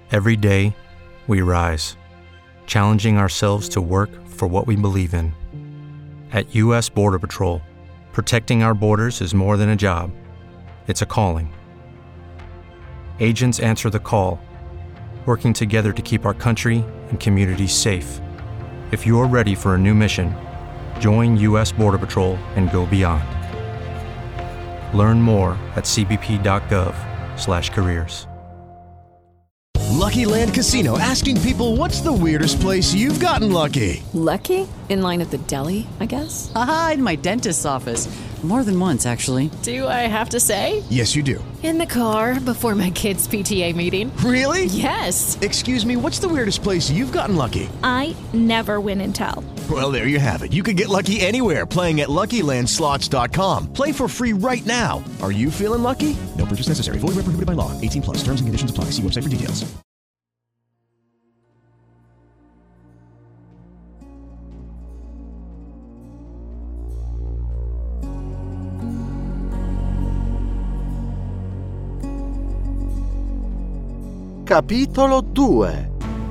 Every day, we rise, challenging ourselves to work for what we believe in. At U.S. Border Patrol, protecting our borders is more than a job. It's a calling. Agents answer the call, working together to keep our country and communities safe. If you are ready for a new mission, join U.S. Border Patrol and go beyond. Learn more at cbp.gov/careers. Lucky Land Casino, asking people, what's the weirdest place you've gotten lucky? Lucky? In line at the deli, I guess? Aha, in my dentist's office. More than once, actually. Do I have to say? Yes, you do. In the car before my kids' PTA meeting. Really? Yes. Excuse me, what's the weirdest place you've gotten lucky? I never win and tell. Well, there you have it. You can get lucky anywhere, playing at LuckyLandSlots.com. Play for free right now. Are you feeling lucky? No purchase necessary. Void where prohibited by law. 18+. Terms and conditions apply. See website for details. Capitolo 2.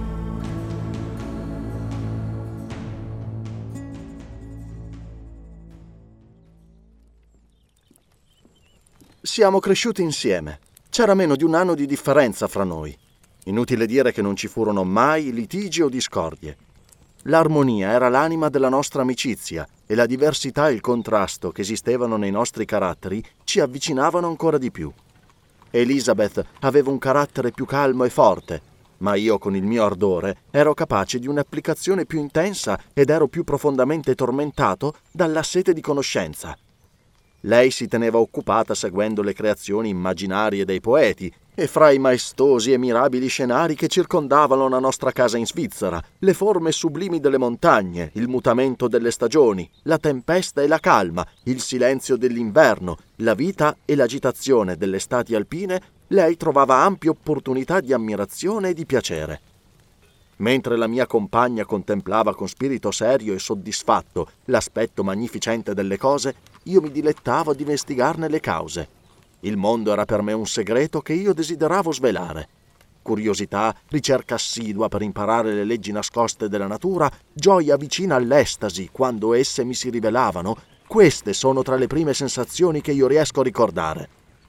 Siamo cresciuti insieme. C'era meno di un anno di differenza fra noi. Inutile dire che non ci furono mai litigi o discordie. L'armonia era l'anima della nostra amicizia e la diversità e il contrasto che esistevano nei nostri caratteri ci avvicinavano ancora di più. Elizabeth aveva un carattere più calmo e forte, ma io con il mio ardore ero capace di un'applicazione più intensa ed ero più profondamente tormentato dalla sete di conoscenza. Lei si teneva occupata seguendo le creazioni immaginarie dei poeti e fra i maestosi e mirabili scenari che circondavano la nostra casa in Svizzera, le forme sublimi delle montagne, il mutamento delle stagioni, la tempesta e la calma, il silenzio dell'inverno, la vita e l'agitazione delle estati alpine, lei trovava ampie opportunità di ammirazione e di piacere. Mentre la mia compagna contemplava con spirito serio e soddisfatto l'aspetto magnificente delle cose, io mi dilettavo ad investigarne le cause. Il mondo era per me un segreto che io desideravo svelare. Curiosità, ricerca assidua per imparare le leggi nascoste della natura, gioia vicina all'estasi quando esse mi si rivelavano, queste sono tra le prime sensazioni che io riesco a ricordare.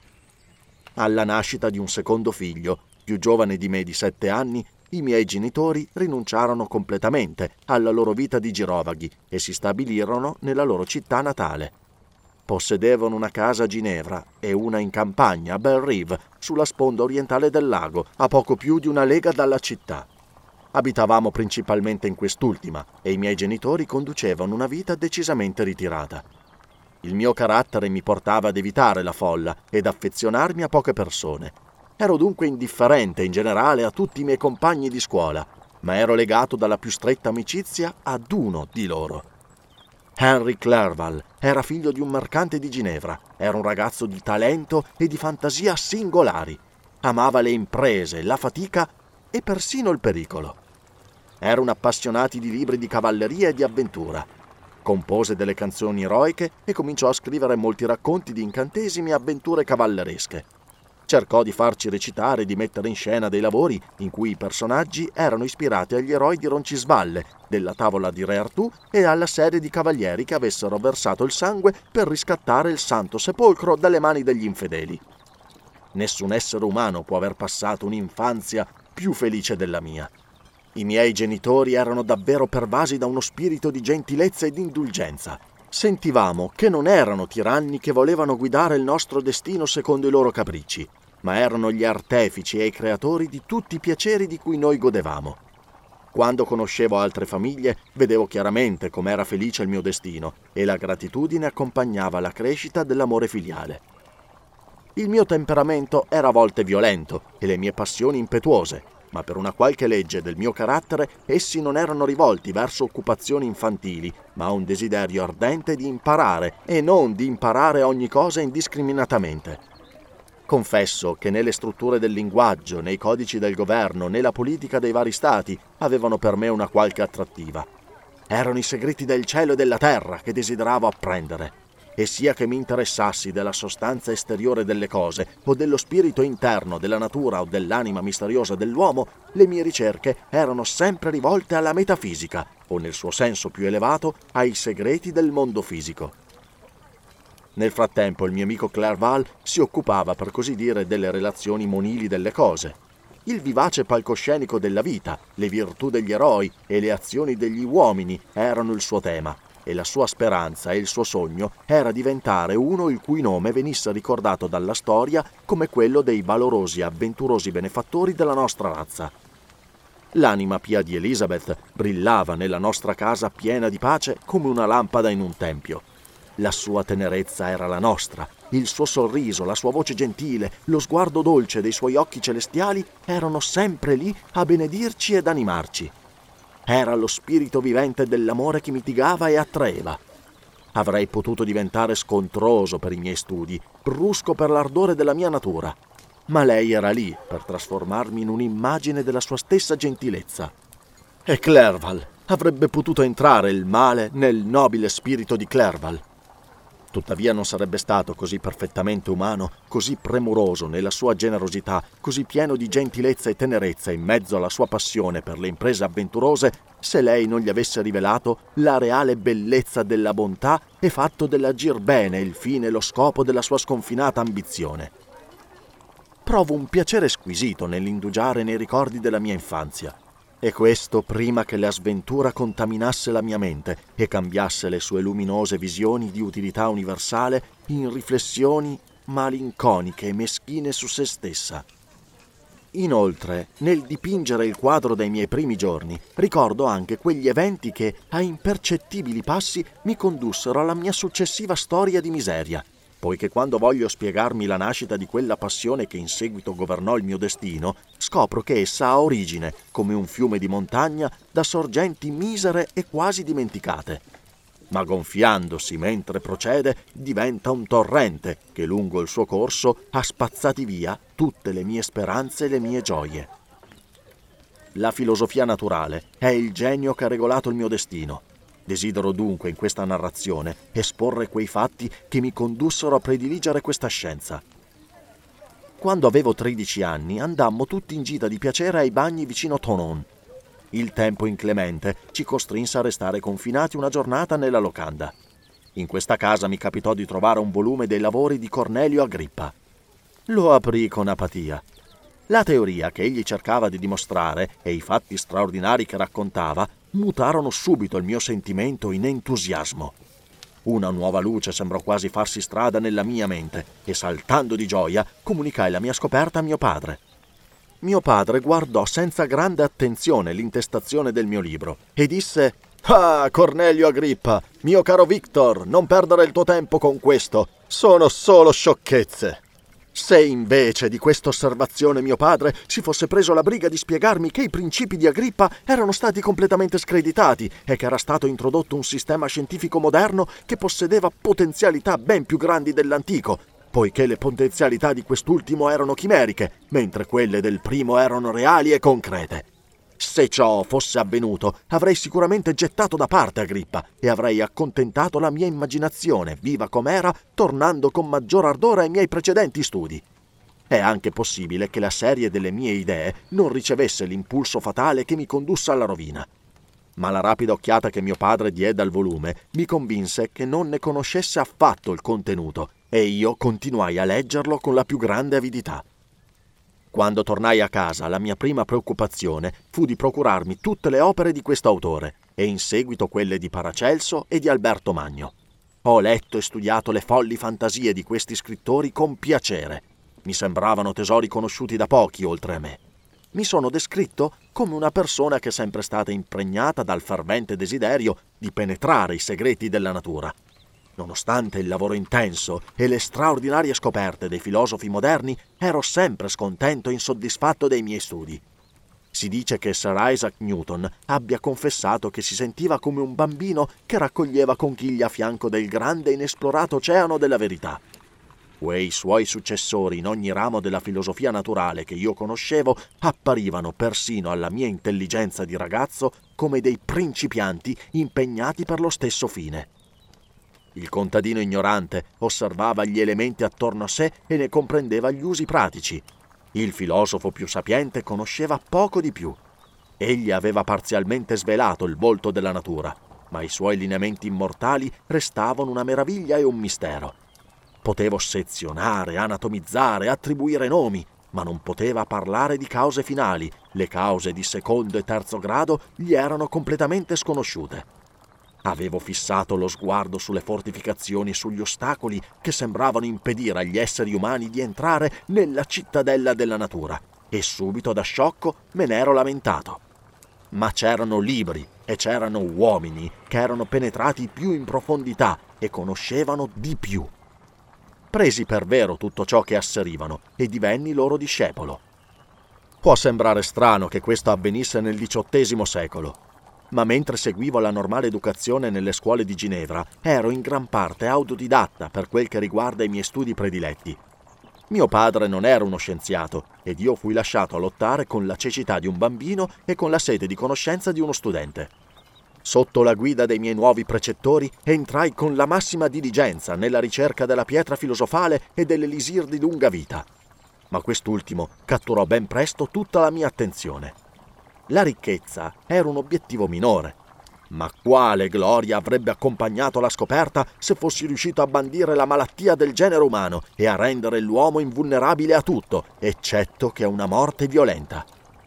Alla nascita di un secondo figlio, più giovane di me di 7 anni, i miei genitori rinunciarono completamente alla loro vita di girovaghi e si stabilirono nella loro città natale. Possedevano una casa a Ginevra e una in campagna a Belle Rive, sulla sponda orientale del lago, a poco più di una lega dalla città. Abitavamo principalmente in quest'ultima e i miei genitori conducevano una vita decisamente ritirata. Il mio carattere mi portava ad evitare la folla ed affezionarmi a poche persone. Ero dunque indifferente in generale a tutti i miei compagni di scuola, ma ero legato dalla più stretta amicizia ad uno di loro. Henry Clerval era figlio di un mercante di Ginevra, era un ragazzo di talento e di fantasia singolari. Amava le imprese, la fatica e persino il pericolo. Era un appassionato di libri di cavalleria e di avventura. Compose delle canzoni eroiche e cominciò a scrivere molti racconti di incantesimi e avventure cavalleresche. Cercò di farci recitare e di mettere in scena dei lavori in cui i personaggi erano ispirati agli eroi di Roncisvalle, della tavola di Re Artù e alla serie di cavalieri che avessero versato il sangue per riscattare il Santo Sepolcro dalle mani degli infedeli. Nessun essere umano può aver passato un'infanzia più felice della mia. I miei genitori erano davvero pervasi da uno spirito di gentilezza e di indulgenza. Sentivamo che non erano tiranni che volevano guidare il nostro destino secondo i loro capricci, ma erano gli artefici e i creatori di tutti i piaceri di cui noi godevamo. Quando conoscevo altre famiglie, vedevo chiaramente com'era felice il mio destino e la gratitudine accompagnava la crescita dell'amore filiale. Il mio temperamento era a volte violento e le mie passioni impetuose, ma per una qualche legge del mio carattere essi non erano rivolti verso occupazioni infantili, ma a un desiderio ardente di imparare e non di imparare ogni cosa indiscriminatamente. Confesso che né le strutture del linguaggio, né i codici del governo, né la politica dei vari stati avevano per me una qualche attrattiva. Erano i segreti del cielo e della terra che desideravo apprendere. e sia che mi interessassi della sostanza esteriore delle cose o dello spirito interno della natura o dell'anima misteriosa dell'uomo, le mie ricerche erano sempre rivolte alla metafisica o, nel suo senso più elevato, ai segreti del mondo fisico. Nel frattempo il mio amico Clerval si occupava, per così dire, delle relazioni monili delle cose. Il vivace palcoscenico della vita, le virtù degli eroi e le azioni degli uomini erano il suo tema, e la sua speranza e il suo sogno era diventare uno il cui nome venisse ricordato dalla storia come quello dei valorosi e avventurosi benefattori della nostra razza. L'anima pia di Elizabeth brillava nella nostra casa piena di pace come una lampada in un tempio. La sua tenerezza era la nostra, il suo sorriso, la sua voce gentile, lo sguardo dolce dei suoi occhi celestiali erano sempre lì a benedirci ed animarci. Era lo spirito vivente dell'amore che mitigava e attraeva. Avrei potuto diventare scontroso per i miei studi, brusco per l'ardore della mia natura, ma lei era lì per trasformarmi in un'immagine della sua stessa gentilezza. E Clerval avrebbe potuto entrare il male nel nobile spirito di Clerval. Tuttavia non sarebbe stato così perfettamente umano, così premuroso nella sua generosità, così pieno di gentilezza e tenerezza in mezzo alla sua passione per le imprese avventurose, se lei non gli avesse rivelato la reale bellezza della bontà e fatto dell'agir bene il fine e lo scopo della sua sconfinata ambizione. Provo un piacere squisito nell'indugiare nei ricordi della mia infanzia. E questo prima che la sventura contaminasse la mia mente e cambiasse le sue luminose visioni di utilità universale in riflessioni malinconiche e meschine su se stessa. Inoltre, nel dipingere il quadro dei miei primi giorni, ricordo anche quegli eventi che, a impercettibili passi, mi condussero alla mia successiva storia di miseria, poiché quando voglio spiegarmi la nascita di quella passione che in seguito governò il mio destino, scopro che essa ha origine, come un fiume di montagna, da sorgenti misere e quasi dimenticate. Ma gonfiandosi mentre procede, diventa un torrente che lungo il suo corso ha spazzati via tutte le mie speranze e le mie gioie. La filosofia naturale è il genio che ha regolato il mio destino. Desidero dunque in questa narrazione esporre quei fatti che mi condussero a prediligere questa scienza. Quando avevo 13 anni andammo tutti in gita di piacere ai bagni vicino Thonon. Il tempo inclemente ci costrinse a restare confinati una giornata nella locanda. In questa casa mi capitò di trovare un volume dei lavori di Cornelio Agrippa. Lo aprì con apatia. La teoria che egli cercava di dimostrare e i fatti straordinari che raccontava mutarono subito il mio sentimento in entusiasmo. Una nuova luce sembrò quasi farsi strada nella mia mente e, saltando di gioia, comunicai la mia scoperta a mio padre. Mio padre guardò senza grande attenzione l'intestazione del mio libro e disse: «Ah, Cornelio Agrippa, mio caro Victor, non perdere il tuo tempo con questo. Sono solo sciocchezze». Se invece di questa osservazione mio padre si fosse preso la briga di spiegarmi che i principi di Agrippa erano stati completamente screditati e che era stato introdotto un sistema scientifico moderno che possedeva potenzialità ben più grandi dell'antico, poiché le potenzialità di quest'ultimo erano chimeriche, mentre quelle del primo erano reali e concrete. Se ciò fosse avvenuto, avrei sicuramente gettato da parte Agrippa e avrei accontentato la mia immaginazione, viva com'era, tornando con maggior ardore ai miei precedenti studi. È anche possibile che la serie delle mie idee non ricevesse l'impulso fatale che mi condusse alla rovina. Ma la rapida occhiata che mio padre diede al volume mi convinse che non ne conoscesse affatto il contenuto e io continuai a leggerlo con la più grande avidità. Quando tornai a casa, la mia prima preoccupazione fu di procurarmi tutte le opere di questo autore e in seguito quelle di Paracelso e di Alberto Magno. Ho letto e studiato le folli fantasie di questi scrittori con piacere. Mi sembravano tesori conosciuti da pochi oltre a me. Mi sono descritto come una persona che è sempre stata impregnata dal fervente desiderio di penetrare i segreti della natura. Nonostante il lavoro intenso e le straordinarie scoperte dei filosofi moderni, ero sempre scontento e insoddisfatto dei miei studi. Si dice che Sir Isaac Newton abbia confessato che si sentiva come un bambino che raccoglieva conchiglie a fianco del grande e inesplorato oceano della verità. Quei suoi successori in ogni ramo della filosofia naturale che io conoscevo apparivano persino alla mia intelligenza di ragazzo come dei principianti impegnati per lo stesso fine. Il contadino ignorante osservava gli elementi attorno a sé e ne comprendeva gli usi pratici. Il filosofo più sapiente conosceva poco di più. Egli aveva parzialmente svelato il volto della natura, ma i suoi lineamenti immortali restavano una meraviglia e un mistero. Potevo sezionare, anatomizzare, attribuire nomi, ma non poteva parlare di cause finali. Le cause di secondo e terzo grado gli erano completamente sconosciute. Avevo fissato lo sguardo sulle fortificazioni e sugli ostacoli che sembravano impedire agli esseri umani di entrare nella cittadella della natura, e subito da sciocco me ne ero lamentato. Ma c'erano libri e c'erano uomini che erano penetrati più in profondità e conoscevano di più. Presi per vero tutto ciò che asserivano e divenni loro discepolo. Può sembrare strano che questo avvenisse nel XVIII secolo, ma mentre seguivo la normale educazione nelle scuole di Ginevra, ero in gran parte autodidatta per quel che riguarda i miei studi prediletti. Mio padre non era uno scienziato ed io fui lasciato a lottare con la cecità di un bambino e con la sete di conoscenza di uno studente. Sotto la guida dei miei nuovi precettori entrai con la massima diligenza nella ricerca della pietra filosofale e dell'elisir di lunga vita. Ma quest'ultimo catturò ben presto tutta la mia attenzione. La ricchezza era un obiettivo minore. Ma quale gloria avrebbe accompagnato la scoperta se fossi riuscito a bandire la malattia del genere umano e a rendere l'uomo invulnerabile a tutto, eccetto che a una morte violenta.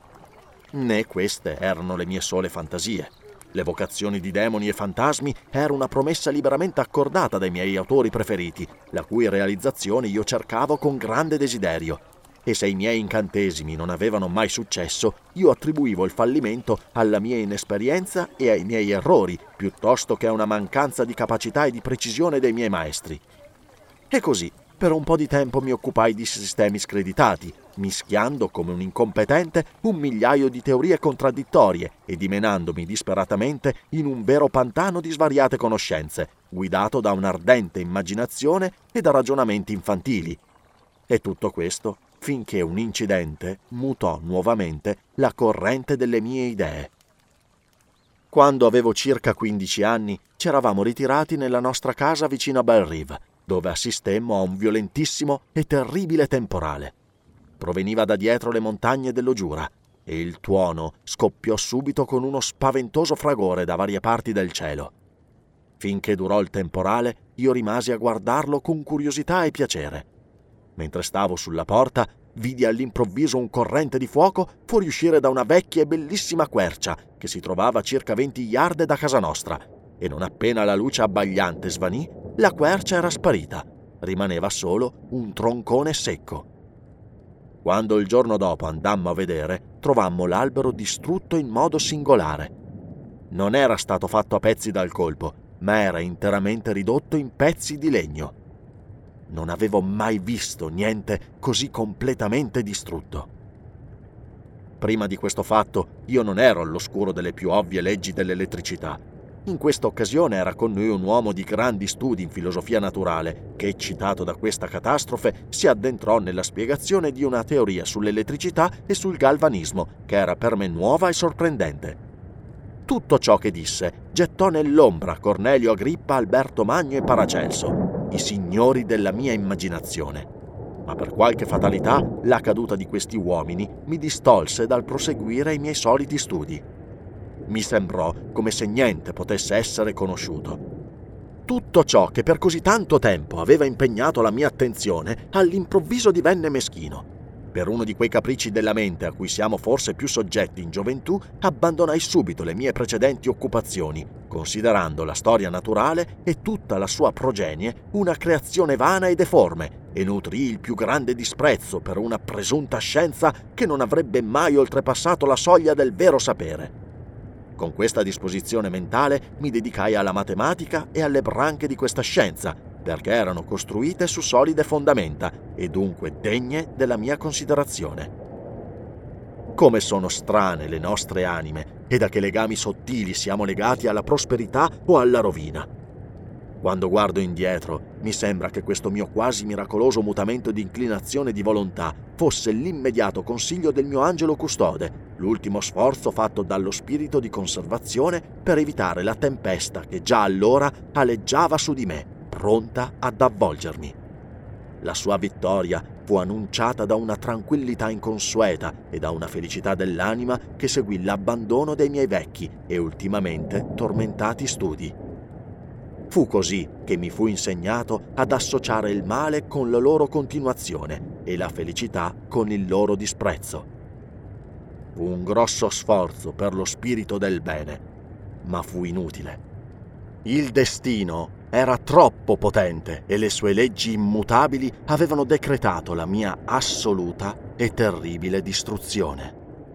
Né queste erano le mie sole fantasie. L'evocazione di demoni e fantasmi era una promessa liberamente accordata dai miei autori preferiti, la cui realizzazione io cercavo con grande desiderio. E se i miei incantesimi non avevano mai successo, io attribuivo il fallimento alla mia inesperienza e ai miei errori, piuttosto che a una mancanza di capacità e di precisione dei miei maestri. E così, per un po' di tempo mi occupai di sistemi screditati, mischiando come un incompetente 1.000.000 di teorie contraddittorie e dimenandomi disperatamente in un vero pantano di svariate conoscenze, guidato da un'ardente immaginazione e da ragionamenti infantili. E tutto questo finché un incidente mutò nuovamente la corrente delle mie idee. Quando avevo circa 15 anni, ci eravamo ritirati nella nostra casa vicino a Belle Rive, dove assistemmo a un violentissimo e terribile temporale. Proveniva da dietro le montagne dello Giura e il tuono scoppiò subito con uno spaventoso fragore da varie parti del cielo. Finché durò il temporale, io rimasi a guardarlo con curiosità e piacere. Mentre stavo sulla porta, vidi all'improvviso un corrente di fuoco fuoriuscire da una vecchia e bellissima quercia che si trovava a circa 20 yard da casa nostra, e non appena la luce abbagliante svanì, la quercia era sparita. Rimaneva solo un troncone secco. Quando il giorno dopo andammo a vedere, trovammo l'albero distrutto in modo singolare. Non era stato fatto a pezzi dal colpo, ma era interamente ridotto in pezzi di legno. Non avevo mai visto niente così completamente distrutto. Prima di questo fatto, io non ero all'oscuro delle più ovvie leggi dell'elettricità. In questa occasione era con noi un uomo di grandi studi in filosofia naturale che, eccitato da questa catastrofe, si addentrò nella spiegazione di una teoria sull'elettricità e sul galvanismo che era per me nuova e sorprendente. Tutto ciò che disse gettò nell'ombra Cornelio Agrippa, Alberto Magno e Paracelso, i signori della mia immaginazione. Ma per qualche fatalità la caduta di questi uomini mi distolse dal proseguire i miei soliti studi. Mi sembrò come se niente potesse essere conosciuto. Tutto ciò che per così tanto tempo aveva impegnato la mia attenzione all'improvviso divenne meschino. Per uno di quei capricci della mente a cui siamo forse più soggetti in gioventù, abbandonai subito le mie precedenti occupazioni, considerando la storia naturale e tutta la sua progenie una creazione vana e deforme, e nutrii il più grande disprezzo per una presunta scienza che non avrebbe mai oltrepassato la soglia del vero sapere. Con questa disposizione mentale mi dedicai alla matematica e alle branche di questa scienza, perché erano costruite su solide fondamenta e dunque degne della mia considerazione. Come sono strane le nostre anime e da che legami sottili siamo legati alla prosperità o alla rovina. Quando guardo indietro, mi sembra che questo mio quasi miracoloso mutamento di inclinazione di volontà fosse l'immediato consiglio del mio angelo custode, l'ultimo sforzo fatto dallo spirito di conservazione per evitare la tempesta che già allora aleggiava su di me. pronta ad avvolgermi. La sua vittoria fu annunciata da una tranquillità inconsueta e da una felicità dell'anima che seguì l'abbandono dei miei vecchi e ultimamente tormentati studi. Fu così che mi fu insegnato ad associare il male con la loro continuazione e la felicità con il loro disprezzo. Fu un grosso sforzo per lo spirito del bene, ma fu inutile. Il destino era troppo potente e le sue leggi immutabili avevano decretato la mia assoluta e terribile distruzione.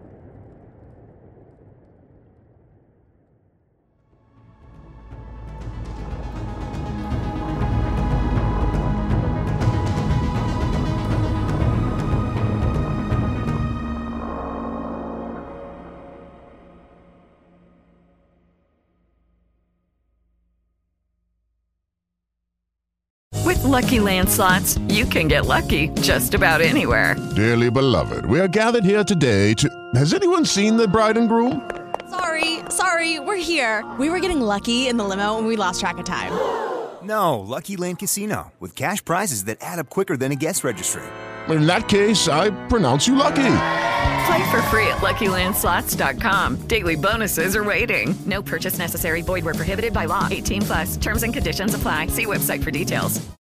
With Lucky Land Slots, you can get lucky just about anywhere. Dearly beloved, we are gathered here today to... Has anyone seen the bride and groom? Sorry, we're here. We were getting lucky in the limo and we lost track of time. No, Lucky Land Casino, with cash prizes that add up quicker than a guest registry. In that case, I pronounce you lucky. Play for free at LuckyLandSlots.com. Daily bonuses are waiting. No purchase necessary. Void where prohibited by law. 18+. Terms and conditions apply. See website for details.